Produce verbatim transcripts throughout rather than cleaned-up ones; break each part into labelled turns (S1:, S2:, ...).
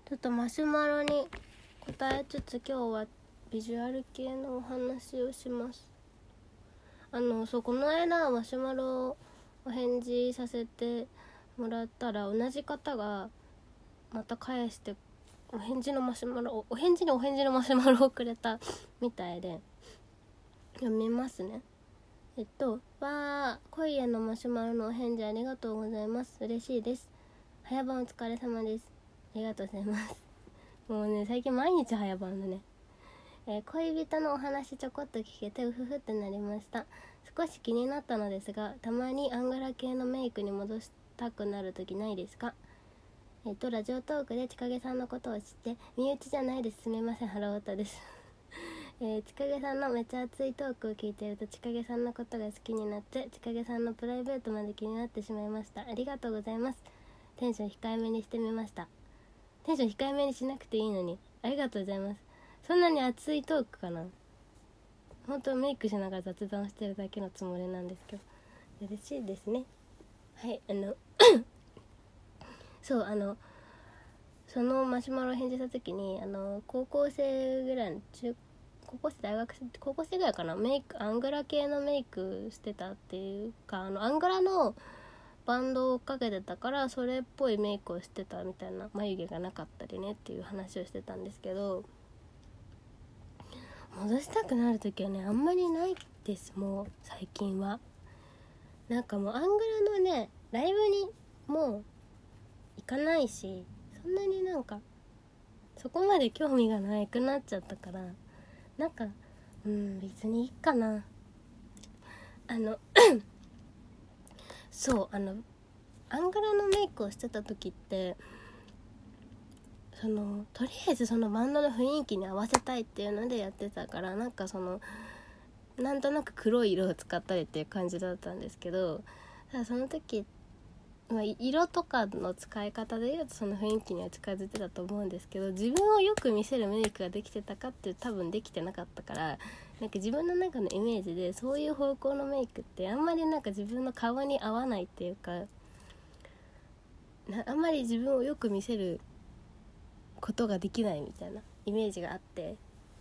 S1: ちょっとマシュマロに答えつつ、今日はビジュアル系のお話をします。あのそうこの間マシュマロをお返事させてもらったら、同じ方がまた返してお返事のマシュマロお返事にお返事のマシュマロをくれたみたいで、読みますね。えっとわー恋へのマシュマロのお返事ありがとうございます。嬉しいです。早番お疲れ様です。ありがとうございます。もうね、最近毎日早番だね。えー、恋人のお話ちょこっと聞けてうふふってなりました。少し気になったのですが、たまにアングラ系のメイクに戻したくなる時ないですか？えっとラジオトークで千景さんのことを知って、身内じゃないです、すみません、ハローオタです。えー、千景さんのめっちゃ熱いトークを聞いていると、千景さんのことが好きになって、千景さんのプライベートまで気になってしまいました。ありがとうございます。テンション控えめにしてみました。テンション控えめにしなくていいのに、ありがとうございます。そんなに熱いトークかな。本当メイクしながら雑談してるだけのつもりなんですけど、嬉しいですね。はい、あのそうあのそのマシュマロを返事した時に、あの高校生ぐらいの中高校生大学生高校生ぐらいかな、メイクアングラ系のメイクしてたっていうか、あのアングラのバンドを追っかけてたから、それっぽいメイクをしてたみたいな、眉毛がなかったりねっていう話をしてたんですけど、戻したくなる時はね、あんまりないです。もう最近はなんかもうアングラのねライブにもう行かないし、そんなになんかそこまで興味がなくなっちゃったから、なんかうん別にいいかな。あのそうあのアングラのメイクをしてた時って、そのとりあえずそのバンドの雰囲気に合わせたいっていうのでやってたから、なんかそのなんとなく黒い色を使ったりっていう感じだったんですけど、ただその時、まあ、色とかの使い方でいうとその雰囲気には近づいてたと思うんですけど、自分をよく見せるメイクができてたかって多分できてなかったから、なんか自分の中のイメージでそういう方向のメイクってあんまりなんか自分の顔に合わないっていうか、なあんまり自分をよく見せることができないみたいなイメージがあって、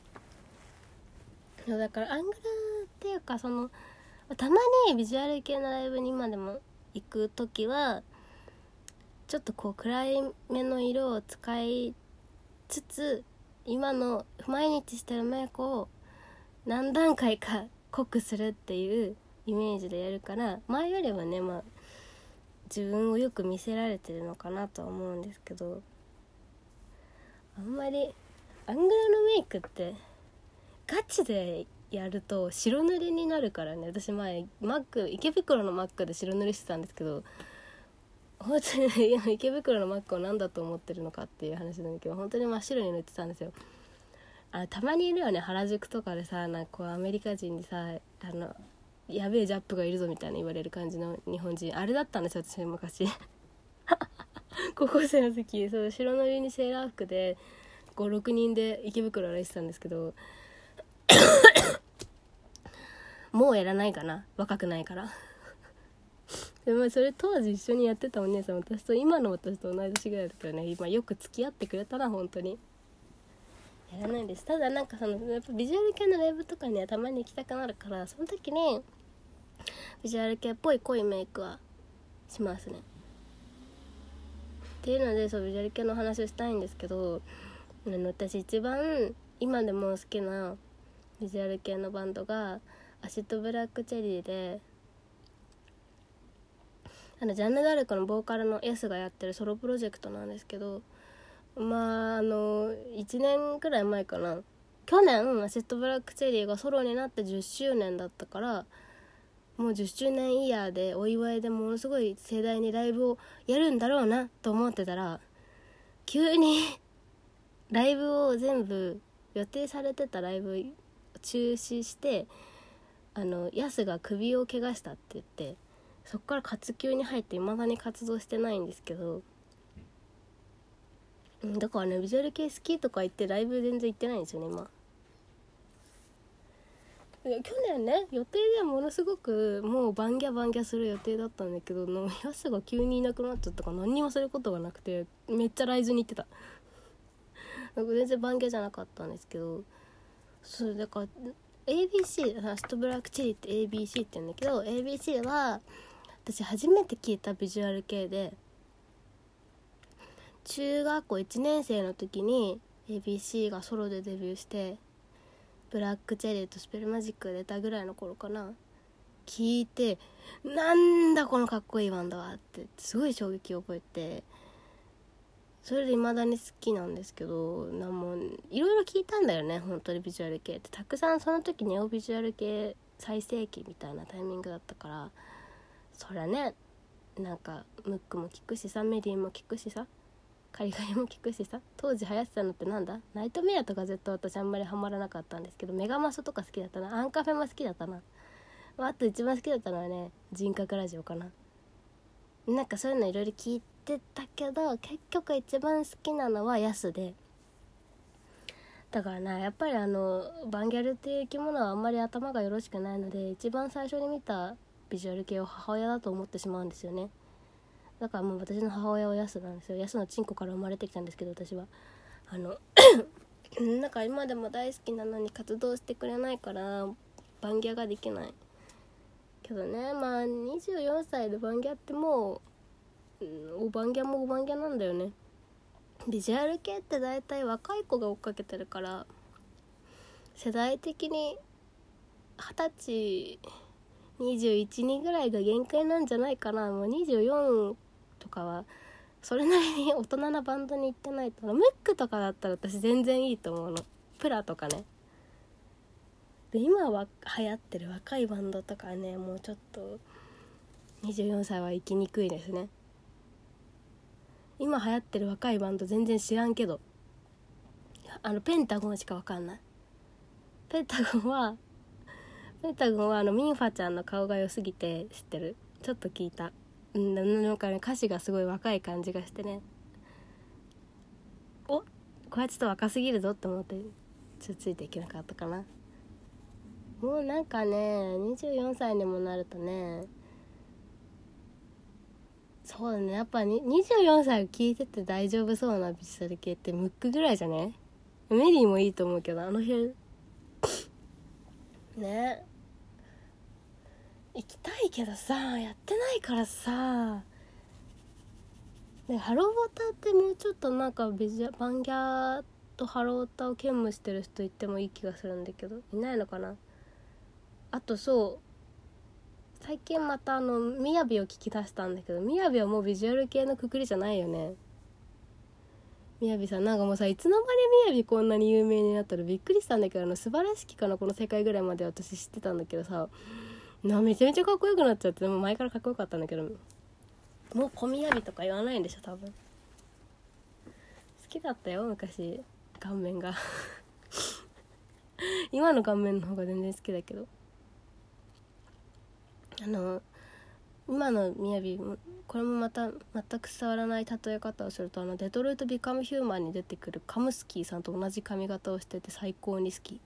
S1: だからアングラっていうか、そのたまにビジュアル系のライブに今でも行くときはちょっとこう暗いめの色を使いつつ、今の毎日してるメイクを何段階か濃くするっていうイメージでやるから、前よりはね、まあ自分をよく見せられてるのかなとは思うんですけど、あんまりアングラのメイクってガチでやると白塗りになるからね。私前マック池袋のマックで白塗りしてたんですけど、本当に今池袋のマックを何だと思ってるのかっていう話なんだけど、本当に真っ白に塗ってたんですよ。あ、たまにいるよね、原宿とかでさ、なんかこうアメリカ人にさ、あのやべえジャップがいるぞみたいな言われる感じの日本人、あれだったんですよ私昔高校生の時、そう白塗りにセーラー服でごろくにんで池袋歩いてたんですけどもうやらないかな、若くないからでもそれ当時一緒にやってたお姉さん、私と今の私と同い年ぐらいだけどね、今よく付き合ってくれたな。本当にやらないです。ただなんかそのやっぱビジュアル系のライブとかにはたまに行きたくなるから、その時にビジュアル系っぽい濃いメイクはしますね。っていうので、そうビジュアル系の話をしたいんですけど、あの私一番今でも好きなビジュアル系のバンドがアシッドブラックチェリーで、あのジャンヌ・ダルクのボーカルのヤスがやってるソロプロジェクトなんですけど、まああのいちねんくらい前かな、去年アシッドブラックチェリーがソロになってじゅっしゅうねんだったから、もうじゅっしゅうねんイヤーでお祝いでものすごい盛大にライブをやるんだろうなと思ってたら、急にライブを全部予定されてたライブ中止して、あのヤスが首を怪我したって言って、そっから活休に入って未だに活動してないんですけど、だからねビジュアル系好きとか言ってライブ全然行ってないんですよね今。去年ね予定ではものすごくもうバンギャバンギャする予定だったんだけど、ヤスが急にいなくなっちゃったから何にもすることがなくて、めっちゃライズに行ってた。 全然バンギャじゃなかったんですけど、そうだから エービーシー ラストブラックチェリーって エービーシー って言うんだけど、 エービーシー は私初めて聞いたビジュアル系で、中学校いちねん生の時に エービーシー がソロでデビューしてブラックチェリーとスペルマジックが出たぐらいの頃かな、聞いて、なんだこのかっこいいバンドはってすごい衝撃を覚えて、それで未だに好きなんですけど、なんもいろいろ聞いたんだよね本当に。ビジュアル系ってたくさん、その時ネオビジュアル系最盛期みたいなタイミングだったから、そりゃね、なんかムックも聞くしさ、メリーも聞くしさ、カリガリも聞くしさ、当時流行ってたのってなんだ、ナイトメアとか絶対私あんまりハマらなかったんですけど、メガマスとか好きだったな、アンカフェも好きだったな、あと一番好きだったのはね人格ラジオかな。なんかそういうのいろいろ聞いてたけど、結局一番好きなのはヤスで、だからな、やっぱりあのバンギャルっていう生き物はあんまり頭がよろしくないので、一番最初に見たビジュアル系を母親だと思ってしまうんですよね。だからもう私の母親はヤスなんですよ。ヤスのチンコから生まれてきたんですけど、私はあのなんか今でも大好きなのに活動してくれないからバンギャができないけどね。まあにじゅうよんさいでバンギャってもう、うん、おバンギャもおバンギャなんだよね。ビジュアル系って大体若い子が追っかけてるから、世代的にはたちにじゅういちにぐらいが限界なんじゃないかな。もうにじゅうよんとかはそれなりに大人なバンドに行ってないと。ムックとかだったら私全然いいと思うの、プラとかね。で今は流行ってる若いバンドとかね、もうちょっとにじゅうよんさいは行きにくいですね。今流行ってる若いバンド全然知らんけど、あのペンタゴンしかわかんない。ペンタゴンはペンタゴンはあのミンファちゃんの顔が良すぎて知ってる。ちょっと聞いた。うん、なんかね歌詞がすごい若い感じがしてね、お、これはちょっと若すぎるぞって思ってちょっとついていけなかったかな。もうなんかねにじゅうよんさいにもなるとね、そうだね、やっぱににじゅうよんさいを聞いてて大丈夫そうなビジュアル系ってムックぐらいじゃね。メリーもいいと思うけど、あの辺ね行きたいけどさ、やってないからさ。でハローオタってもうちょっとなんかビジュバンギャとハローオタを兼務してる人いてもいい気がするんだけど、いないのかな。あとそう最近またあのみやびを聞き出したんだけど、みやびはもうビジュアル系のくくりじゃないよね。みやびさんなんかもうさ、いつの間にみやびこんなに有名になったらびっくりしたんだけど、あの素晴らしきかなこの世界ぐらいまで私知ってたんだけどさ、なめちゃめちゃかっこよくなっちゃって、でも前からかっこよかったんだけど、もう小みやびとか言わないんでしょ多分。好きだったよ昔顔面が今の顔面の方が全然好きだけど、あの今のみやびこれもまた全く伝わらない例え方をすると、あのデトロイトビカムヒューマンに出てくるカムスキーさんと同じ髪型をしてて最高に好き。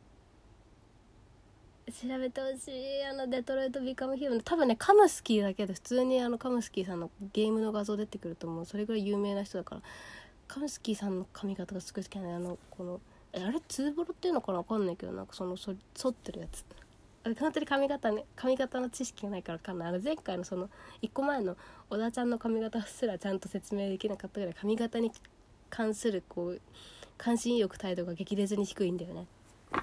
S1: 調べてほしい。あのデトロイトビカムヒューマン、多分ねカムスキーだけで普通にあのカムスキーさんのゲームの画像出てくると思う。それぐらい有名な人だから。カムスキーさんの髪型がすごい好きなの。あのこのえあれツーボロっていうのかな、分かんないけど、なんかそのそ反ってるやつ、あれ本当に髪型ね、髪型の知識がないから分かんない。あの前回のそのいっこまえの小田ちゃんの髪型すらちゃんと説明できなかったぐらい髪型に関するこう関心意欲態度が激烈に低いんだよね。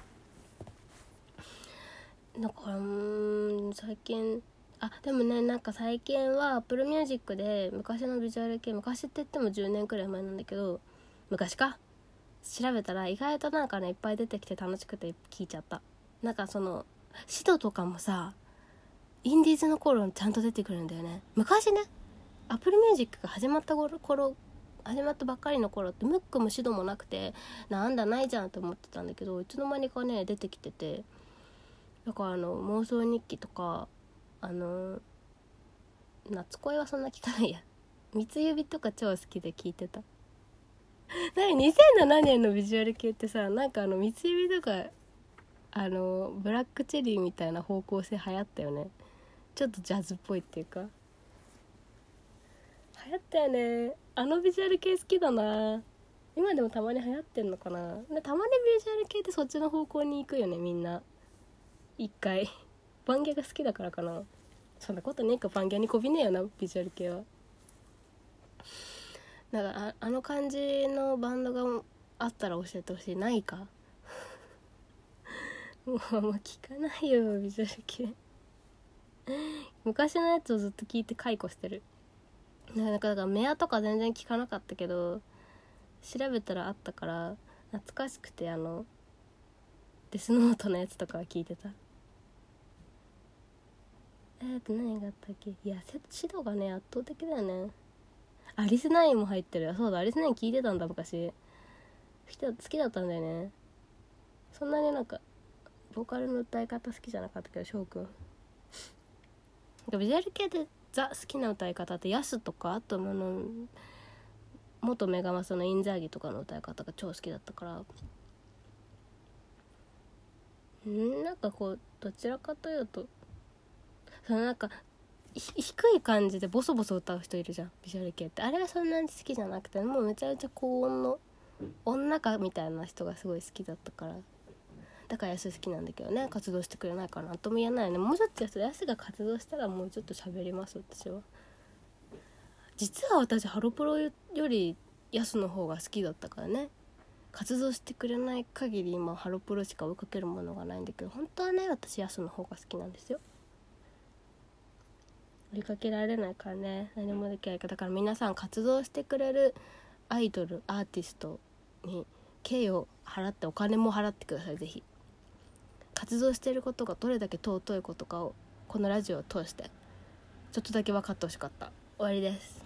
S1: だからうーん最近あでもね、なんか最近は Apple Music で昔のビジュアル系、昔って言ってもじゅうねんくらい前なんだけど、昔か調べたら意外となんかねいっぱい出てきて楽しくて聞いちゃった。なんかそのシドとかもさ、インディーズの頃ちゃんと出てくるんだよね。昔ね Apple Music が始まった頃頃始まったばっかりの頃ってムックもシドもなくて、なんだないじゃんと思ってたんだけど、いつの間にかね出てきてて、だからあの妄想日記とか、あの夏恋はそんな聞かないや、三つ指とか超好きで聞いてた。なににせんななねんのビジュアル系ってさ、なんかあの三つ指とかあのブラックチェリーみたいな方向性流行ったよね。ちょっとジャズっぽいっていうか流行ったよね。あのビジュアル系好きだな。 今でもたまに流行ってんのかな。でたまにビジュアル系ってそっちの方向に行くよね、みんな一回。バンギャが好きだからかな。そんなことねえか、バンギャにこびねえよなビジュアル系は。だから あ, あの感じのバンドがあったら教えてほしい。ないかもうあんま聞かないよビジュアル系。昔のやつをずっと聞いて解雇してる。なんかだからメアとか全然聞かなかったけど、調べたらあったから懐かしくて、あのデスノートのやつとかは聞いてた。えーと何があったっけ。いやシドがね圧倒的だよね。アリスナインも入ってる。そうだ、アリスナイン聞いてたんだ昔。好きだったんだよね。そんなになんかボーカルの歌い方好きじゃなかったけど、翔くんなんかビジュアル系でザ好きな歌い方ってヤスとか、あとあの元メガマスのインザーギとかの歌い方が超好きだったから、んなんかこうどちらかというとそのなんか低い感じでボソボソ歌う人いるじゃんビジュアル系って。あれはそんなに好きじゃなくて、もうめちゃめちゃ高音の女歌みたいな人がすごい好きだったから、だからヤス好きなんだけどね。活動してくれないかなとも言えないね。もうちょっとヤスが活動したらもうちょっと喋ります。私は実は私ハロプロよりヤスの方が好きだったからね。活動してくれない限り今ハロプロしか追いかけるものがないんだけど、本当はね私ヤスの方が好きなんですよ。追いかけられないからね、何もできないから。だから皆さん活動してくれるアイドルアーティストに敬を払ってお金も払ってください。ぜひ活動していることがどれだけ尊いことかをこのラジオを通してちょっとだけ分かってほしかった。終わりです。